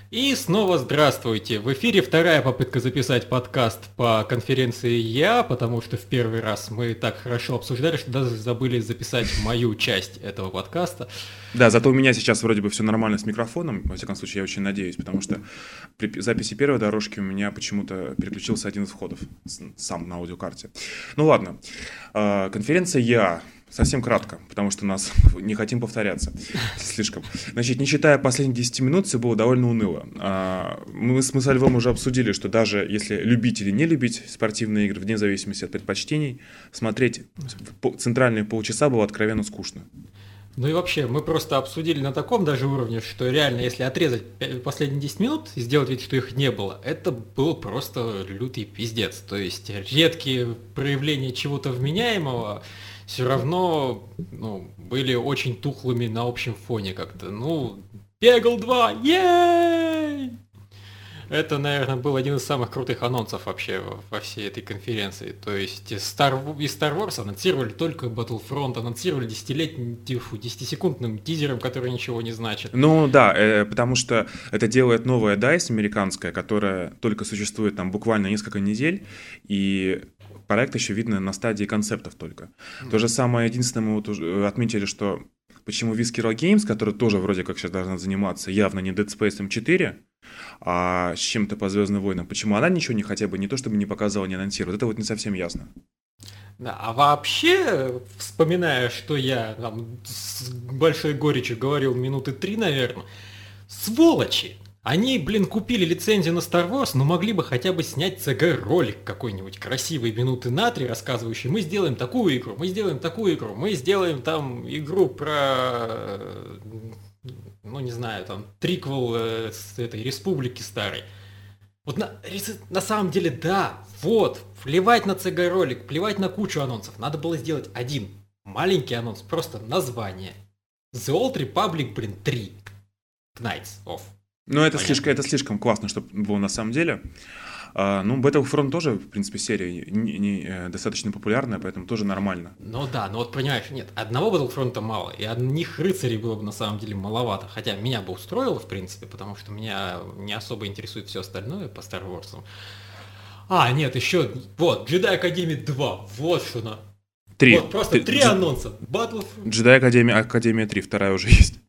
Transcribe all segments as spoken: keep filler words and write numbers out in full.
И снова здравствуйте! В эфире вторая попытка записать подкаст по конференции Я, потому что в первый раз мы так хорошо обсуждали, что даже забыли записать мою часть этого подкаста. Да, зато у меня сейчас вроде бы все нормально с микрофоном, во всяком случае, я очень надеюсь, потому что при записи первой дорожки у меня почему-то переключился один из входов сам на аудиокарте. Ну ладно, конференция Я. Совсем кратко, потому что нас не хотим повторяться слишком. Значит, не считая последних десяти минут, все было довольно уныло. Мы, мы со Львом уже обсудили, что даже если любить или не любить спортивные игры, вне зависимости от предпочтений, смотреть центральные полчаса было откровенно скучно. Ну и вообще, мы просто обсудили на таком даже уровне, что реально, если отрезать последние десять минут и сделать вид, что их не было, это был просто лютый пиздец. То есть редкие проявления чего-то вменяемого все равно ну, были очень тухлыми на общем фоне как-то. Ну, Пегл два, ей! Это, наверное, был один из самых крутых анонсов вообще во всей этой конференции. То есть Star, из Star Wars анонсировали только Battlefront, анонсировали десятилетним, десятисекундным тизером, который ничего не значит. Ну да, э, потому что это делает новая дайс американская, которая только существует там буквально несколько недель, и проект еще видно на стадии концептов только. Mm. То же самое, единственное, мы вот уже отметили, что почему Visceral Games, который тоже вроде как сейчас должна заниматься явно не Dead Space четыре, а с чем-то по Звездным войнам, почему она ничего не хотя бы не то чтобы не показала, не анонсировала, это вот не совсем ясно. Да, а вообще, вспоминая, что я там с большой горечью говорил минуты три, наверное, сволочи! Они, блин, купили лицензию на Star Wars, но могли бы хотя бы снять си джи-ролик какой-нибудь красивый минуты на три, рассказывающий, мы сделаем такую игру, мы сделаем такую игру, мы сделаем там игру про, ну не знаю, там, триквел э, с этой республики старой. Вот на, на самом деле, да, вот, плевать на си джи-ролик, плевать на кучу анонсов, надо было сделать один маленький анонс, просто название. The Old Republic, блин, три. Knights of. Ну, это слишком, это слишком классно, чтобы было на самом деле. А, ну, Battlefront тоже, в принципе, серия не, не, э, достаточно популярная, поэтому тоже нормально. Ну да, но вот понимаешь, нет, одного Battlefront мало, и одних рыцарей было бы на самом деле маловато. Хотя меня бы устроило, в принципе, потому что меня не особо интересует все остальное по Star Wars. А, нет, еще, вот, Jedi Academy два, вот что на... Три. Вот, просто три анонса. Battlefront... Jedi Academy, Academy три, вторая уже есть.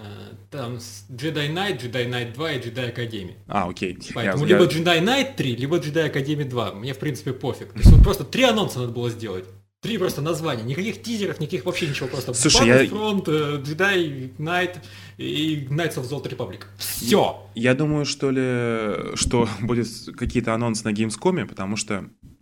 Там Jedi Knight, Jedi Knight два и Jedi Academy. А, окей. Поэтому я, либо я... Jedi Knight три, либо Jedi Academy два. Мне, в принципе, пофиг. То есть вот просто три анонса надо было сделать. Три просто названия. Никаких тизеров, никаких вообще ничего. Просто Слушай, Battlefront, я... Jedi Knight и Knights of the Old Republic. Все! Я, я думаю, что ли, что будет какие-то анонсы на Gamescom, потому что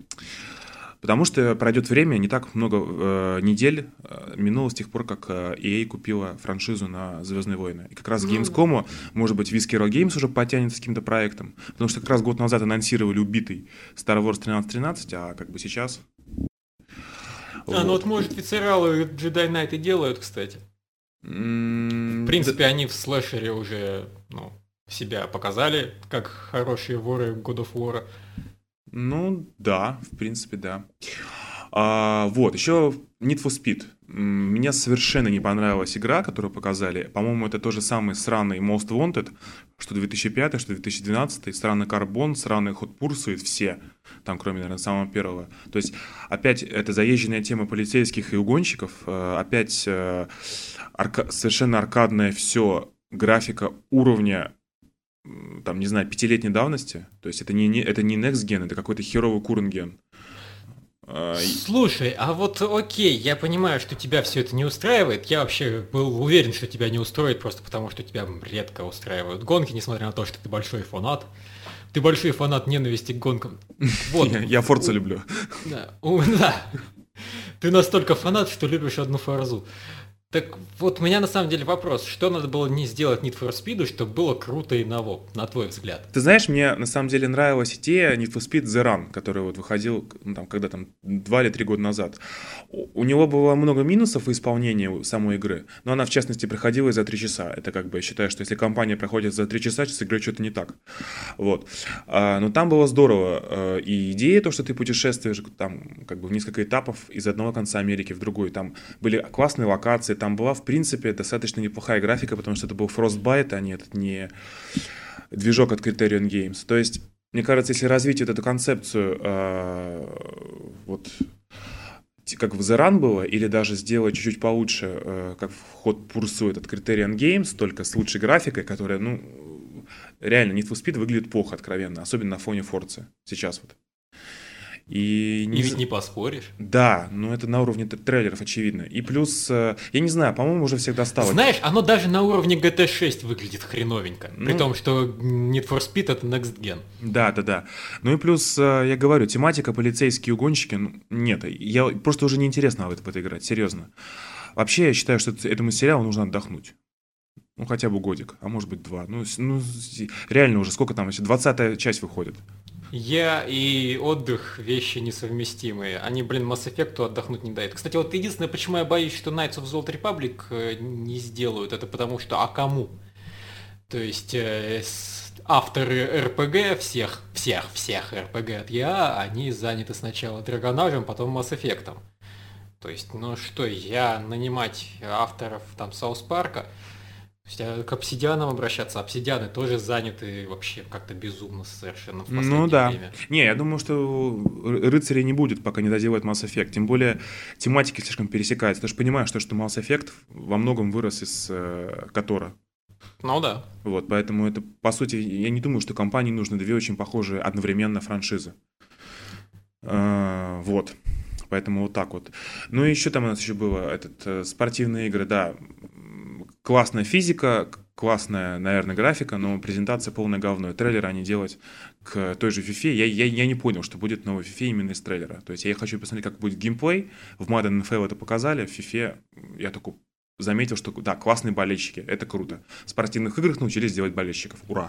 Потому что пройдет время, не так много э, недель э, минуло с тех пор, как э, и эй купила франшизу на «Звездные войны». И как раз к Gamescom, может быть, Visceral Games уже потянется с каким-то проектом. Потому что как раз год назад анонсировали убитый Star Wars тринадцать тринадцать, а как бы сейчас... А, вот. Ну вот, может, Visceral и Jedi Knight и делают, кстати. Mm-hmm. В принципе, да. Они в слэшере уже ну, себя показали, как хорошие воры God of War. Ну, да, в принципе, да. А, вот, еще Need for Speed. Мне совершенно не понравилась игра, которую показали. По-моему, это тоже самый сраный Most Wanted, что две тысячи пятый, что две тысячи двенадцатый. Сраный Carbon, сраный Hot Pursuit, все. Там, кроме, наверное, самого первого. То есть, опять, это заезженная тема полицейских и угонщиков. Опять арка- совершенно аркадное все. Графика уровня там, не знаю, пятилетней давности. То есть это не, не, это не Next Gen, это какой-то херовый current gen. Слушай, а вот окей, я понимаю, что тебя все это не устраивает. Я вообще был уверен, что тебя не устроит, просто потому что тебя редко устраивают гонки, несмотря на то, что ты большой фанат. Ты большой фанат ненависти к гонкам. Вот. Я Форцу люблю. Да, да. Ты настолько фанат, что любишь одну форзу. Так вот, у меня на самом деле вопрос, что надо было не сделать Need for Speed, чтобы было круто и ново, на твой взгляд? Ты знаешь, мне на самом деле нравилась идея Need for Speed The Run, который вот выходил, ну, там, когда там, два или три года назад. У него было много минусов в исполнении самой игры, но она, в частности, проходила за три часа. Это как бы, я считаю, что если компания проходит за три часа, с игрой что-то не так. Вот. А, но там было здорово. И идея, то, что ты путешествуешь там, как бы в несколько этапов из одного конца Америки в другой. Там были классные локации, там была, в принципе, достаточно неплохая графика, потому что это был Frostbite, а нет, не, движок от Criterion Games. То есть, мне кажется, если развить вот эту концепцию, э, вот как в The Run было, или даже сделать чуть-чуть получше, э, как в Hot Pursuit от Criterion Games, только с лучшей графикой, которая, ну, реально, Need for Speed выглядит плохо, откровенно, особенно на фоне Forza сейчас вот. И не... И ведь не поспоришь. Да, но это на уровне трейлеров, очевидно. И плюс, я не знаю, по-моему, уже всех достало. Знаешь, оно даже на уровне джи ти эй шесть выглядит хреновенько. Ну, при том, что Need for Speed это Next Gen. Да, да, да. Ну и плюс, я говорю, тематика полицейские угонщики, ну, нет, я просто уже неинтересно в это, в это играть, серьезно. Вообще, я считаю, что этому сериалу нужно отдохнуть. Ну, хотя бы годик, а может быть два. Ну, ну реально уже, сколько там, если двадцатая часть выходит. Я и отдых вещи несовместимые. Они, блин, Mass Effect отдохнуть не дают. Кстати, вот единственное, почему я боюсь, что Knights of the Old Republic не сделают, это потому что, а кому? То есть э, авторы эр пи джи всех, всех, всех эр пи джи от и а, они заняты сначала Драгонажем, потом Mass Effect. То есть, ну что, я нанимать авторов там Саус Парка, к обсидианам обращаться, обсидианы тоже заняты вообще как-то безумно совершенно в последнее ну, да. время. Не, я думаю, что рыцарей не будет, пока не доделают Mass Effect. Тем более тематики слишком пересекаются. Ты же понимаешь, что, что Mass Effect во многом вырос из э, Котора. Ну да. Вот, поэтому это, по сути, я не думаю, что компании нужны две очень похожие одновременно франшизы. Э, вот. Поэтому вот так вот. Ну и еще там у нас еще было этот, э, спортивные игры, да. Классная физика, классная, наверное, графика, но презентация полное говно. Трейлеры они делать к той же FIFA. Я, я, я не понял, что будет новый FIFA именно из трейлера. То есть я хочу посмотреть, как будет геймплей. В Madden эн эф эл это показали, в FIFA я такой заметил, что да, классные болельщики, это круто. В спортивных играх научились делать болельщиков. Ура!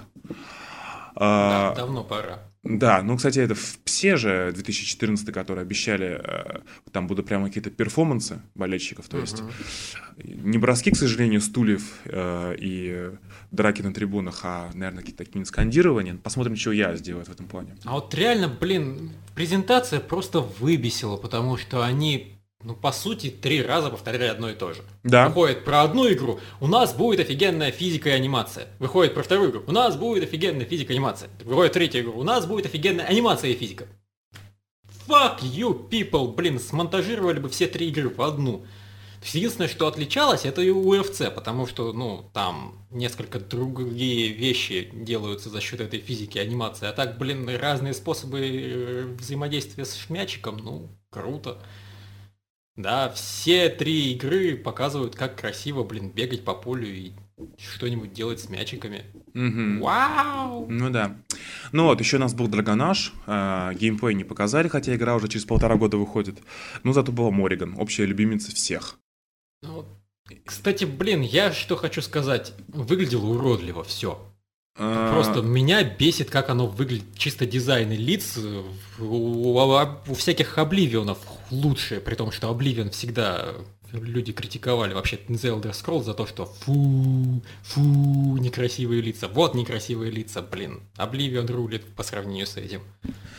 Да, давно пора. Да, ну, кстати, это в псе же две тысячи четырнадцатый, которые обещали, там будут прямо какие-то перформансы болельщиков, то есть uh-huh. не броски, к сожалению, стульев э, и драки на трибунах, а, наверное, какие-то такие скандирования. Посмотрим, что я сделаю в этом плане. А вот реально, блин, презентация просто выбесила, потому что они... Ну, по сути, три раза повторяли одно и то же. Да. Выходит про одну игру, у нас будет офигенная физика и анимация. Выходит про вторую игру, у нас будет офигенная физика и анимация. Выходит третья игра, у нас будет офигенная анимация и физика. Fuck you, people, блин, смонтажировали бы все три игры в одну. То есть единственное, что отличалось, это и ю эф си, потому что, ну, там несколько другие вещи делаются за счет этой физики и анимации. А так, блин, разные способы взаимодействия с шмячиком, ну, круто. Да, все три игры показывают, как красиво, блин, бегать по полю и что-нибудь делать с мячиками. Mm-hmm. Вау! Ну да. Ну вот, еще у нас был Драгонаж, э, геймплей не показали, хотя игра уже через полтора года выходит. Но зато была Морриган, общая любимица всех. Ну, кстати, блин, я что хочу сказать. Выглядело уродливо все. Просто меня бесит, как оно выглядит, чисто дизайн и лиц у, у, у всяких Обливионов лучше, при том, что Обливион всегда люди критиковали вообще The Elder Scrolls за то, что фу, фу, некрасивые лица. Вот некрасивые лица, блин. Обливион рулит по сравнению с этим.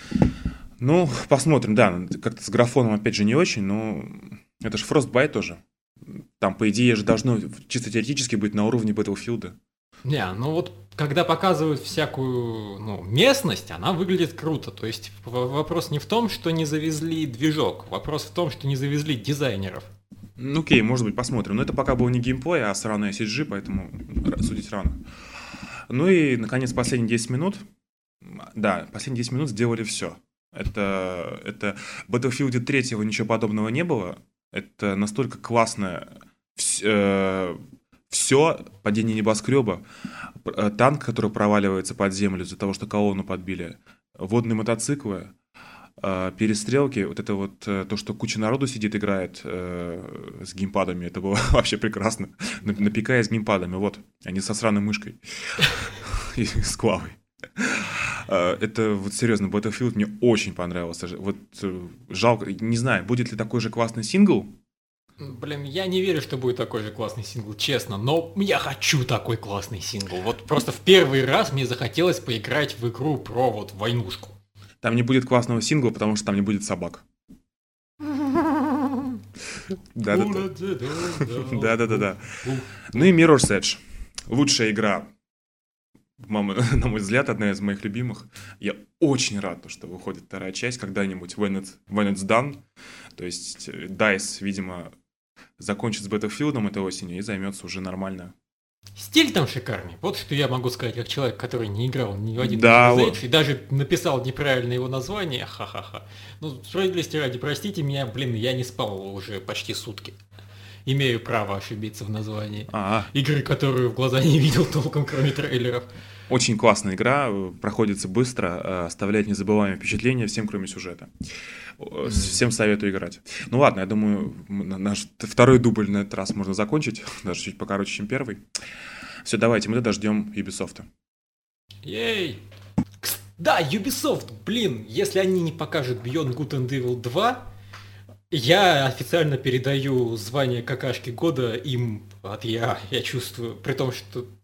Ну, посмотрим, да, как-то с графоном опять же не очень, но это же Frostbite тоже. Там, по идее, же должно чисто теоретически быть на уровне Battlefield. Не, ну вот когда показывают всякую ну, местность, она выглядит круто. То есть вопрос не в том, что не завезли движок, вопрос в том, что не завезли дизайнеров. Ну окей, может быть, посмотрим. Но это пока был не геймплей, а сраный си джи, поэтому судить рано. Ну и, наконец, последние десять минут. Да, последние десять минут сделали все. Это, это Battlefield три ничего подобного не было. Это настолько классное все, все падение небоскреба, танк, который проваливается под землю из-за того, что колонну подбили, водные мотоциклы, перестрелки, вот это вот то, что куча народу сидит, играет э, с геймпадами, это было вообще прекрасно. Напикая с геймпадами, вот, они со сраной мышкой и с клавой. Это вот серьезно, Battlefield мне очень понравился. Вот жалко, не знаю, будет ли такой же классный сингл. Блин, я не верю, что будет такой же классный сингл, честно, но я хочу такой классный сингл. Вот просто в первый раз мне захотелось поиграть в игру про вот войнушку. Там не будет классного сингла, потому что там не будет собак. Да-да-да. Да-да-да. Ну и Mirror's Edge. Лучшая игра мама, на мой взгляд, одна из моих любимых. Я очень рад, то, что выходит вторая часть когда-нибудь, when, it, when it's дone. То есть дайс, видимо, закончит с Battlefield этой осенью и займется уже нормально. Стиль там шикарный. Вот что я могу сказать, как человек, который не играл ни в один Да, Mirror's вот. Edge и даже написал неправильно его название. Ха-ха-ха. Ну, справедливости ради, простите меня, блин, я не спал уже почти сутки. Имею право ошибиться в названии. А, Игры, которую в глаза не видел толком, кроме трейлеров. очень классная игра, э, проходится быстро, э, оставляет незабываемые впечатления всем, кроме сюжета. Э, Всем советую играть. Ну ладно, я думаю, м, на- наш второй дубль на этот раз можно закончить, даже чуть покороче, чем первый. Все, давайте, мы тогда ждем Ubisoft. Ей! Кс- Да, Ubisoft, блин, если они не покажут Beyond Good and Evil два, я официально передаю звание какашки года им от я, я чувствую, при том, что